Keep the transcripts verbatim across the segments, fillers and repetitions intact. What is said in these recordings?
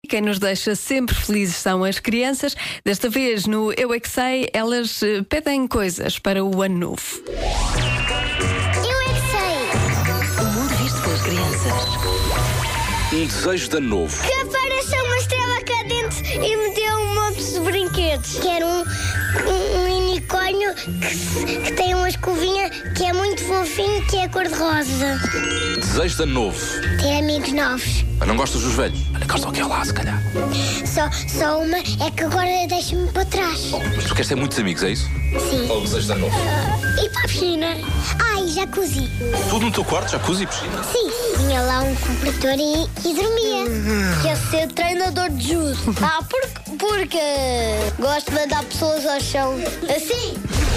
Quem nos deixa sempre felizes são as crianças. Desta vez, no Eu É Que Sei, elas eh, pedem coisas para o ano novo. Eu é que sei. O mundo visto pelas crianças. Um desejo de ano novo. Que apareceu uma estrela cadente e me deu um monte de brinquedos. Quero um, um, um unicórnio que, se- que tem uma escovinha que é muito fofinho, que é cor-de-rosa. Desejo de ano novo. Ter amigos novos. Mas não gostas dos velhos? Olha, gostam aqui ao lado, se calhar. Só, só uma é que agora deixa-me para trás. Oh, mas tu queres ter muitos amigos, é isso? Sim. Ou o desejo de ano novo? E para a piscina? Ai, jacuzzi. Tudo no teu quarto, jacuzzi e piscina. Sim. Tinha lá um cobertor e, e dormia. Quer ser treinador de judo. Ah, porque, porque gosto de mandar pessoas ao chão. Assim.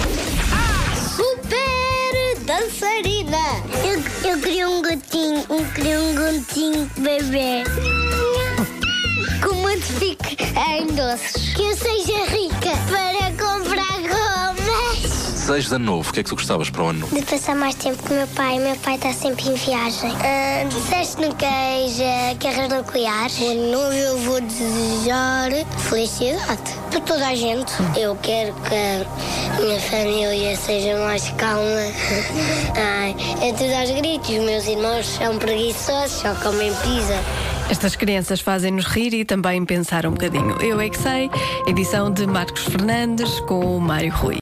Super dançarina. Eu, eu queria um gatinho, eu queria um gatinho bebê. Com muito fique em doces. Que eu seja rica para comprar gomas. Desejo de ano novo. O que é que tu gostavas para o ano novo? De passar mais tempo com o meu pai. Meu pai está sempre em viagem. Uh, Disseste no queijo, guerras nucleares. O ano novo eu vou desejar felicidade para toda a gente. Eu quero que a minha família seja mais calma. Ai, é tudo aos gritos. Os meus irmãos são preguiçosos, só comem pizza. Estas crianças fazem-nos rir e também pensar um bocadinho. Eu É Que Sei, edição de Marcos Fernandes com o Mário Rui.